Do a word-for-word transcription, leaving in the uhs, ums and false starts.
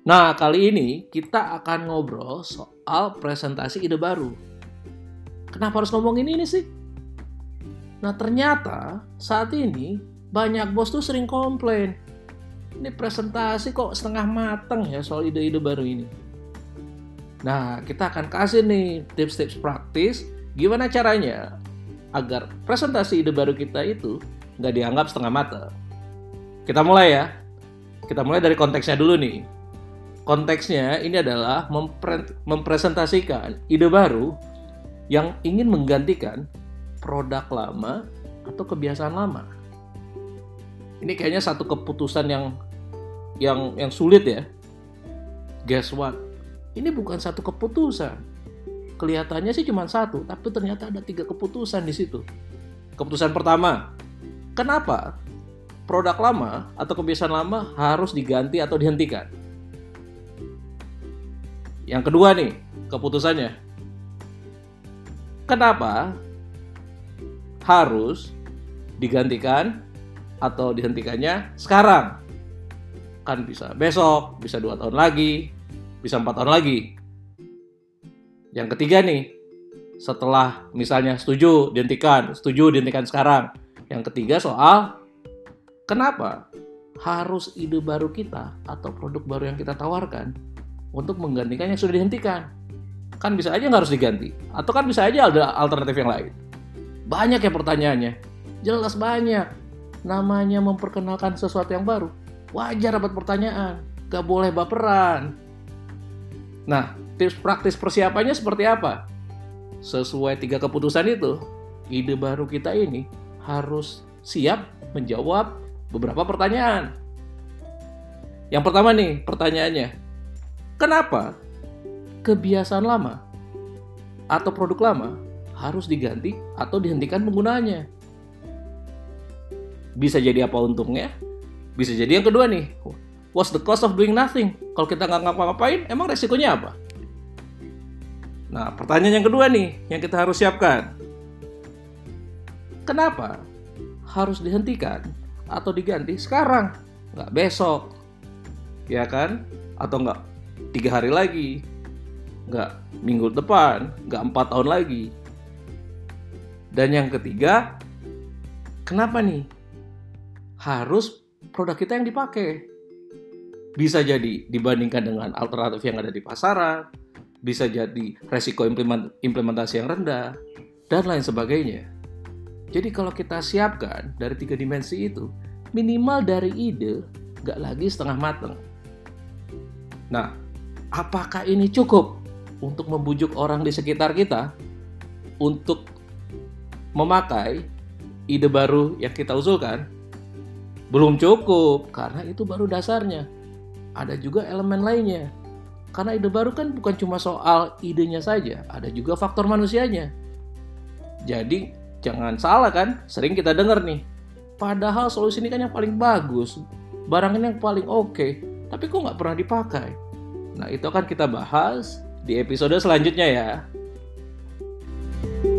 Nah, kali ini kita akan ngobrol soal presentasi ide baru. Kenapa harus ngomongin ini sih? Nah, ternyata saat ini banyak bos tuh sering komplain. Ini presentasi kok setengah matang ya soal ide-ide baru ini. Nah, kita akan kasih nih tips-tips praktis gimana caranya agar presentasi ide baru kita itu nggak dianggap setengah matang. Kita mulai ya. Kita mulai dari konteksnya dulu nih. Konteksnya ini adalah mempre- mempresentasikan ide baru yang ingin menggantikan produk lama atau kebiasaan lama. Ini kayaknya satu keputusan yang yang yang sulit ya. Guess what? Ini bukan satu keputusan. Kelihatannya sih cuma satu, tapi ternyata ada tiga keputusan di situ. Keputusan pertama, kenapa produk lama atau kebiasaan lama harus diganti atau dihentikan? Yang kedua nih, keputusannya, kenapa harus digantikan atau dihentikannya sekarang? Kan bisa besok, bisa dua tahun lagi, bisa empat tahun lagi. Yang ketiga nih, setelah misalnya setuju dihentikan, setuju dihentikan sekarang. Yang ketiga soal kenapa harus ide baru kita atau produk baru yang kita tawarkan untuk menggantikan yang sudah dihentikan. Kan bisa aja nggak harus diganti, atau kan bisa aja ada alternatif yang lain. Banyak ya pertanyaannya, jelas banyak. Namanya memperkenalkan sesuatu yang baru, wajar dapat pertanyaan, gak boleh baperan. Nah, tips praktis persiapannya seperti apa? Sesuai tiga keputusan itu, ide baru kita ini harus siap menjawab beberapa pertanyaan. Yang pertama nih, pertanyaannya, kenapa kebiasaan lama atau produk lama harus diganti atau dihentikan penggunaannya? Bisa jadi apa untungnya? Bisa jadi yang kedua nih, what's the cost of doing nothing? Kalau kita nggak ngapa-ngapain, emang resikonya apa? Nah, pertanyaan yang kedua nih, yang kita harus siapkan. Kenapa harus dihentikan atau diganti sekarang? Nggak besok, ya kan? Atau nggak tiga hari lagi, nggak minggu depan, nggak empat tahun lagi. Dan yang ketiga, kenapa nih harus produk kita yang dipakai? Bisa jadi dibandingkan dengan alternatif yang ada di pasaran, bisa jadi resiko implementasi yang rendah, dan lain sebagainya. Jadi kalau kita siapkan dari tiga dimensi itu, minimal dari ide nggak lagi setengah mateng. Nah, apakah ini cukup untuk membujuk orang di sekitar kita untuk memakai ide baru yang kita usulkan? Belum cukup, karena itu baru dasarnya. Ada juga elemen lainnya. Karena ide baru kan bukan cuma soal idenya saja, ada juga faktor manusianya. Jadi jangan salah kan, sering kita dengar nih, padahal solusi ini kan yang paling bagus, barang ini yang paling oke, tapi kok nggak pernah dipakai? Nah, itu akan kita bahas di episode selanjutnya ya.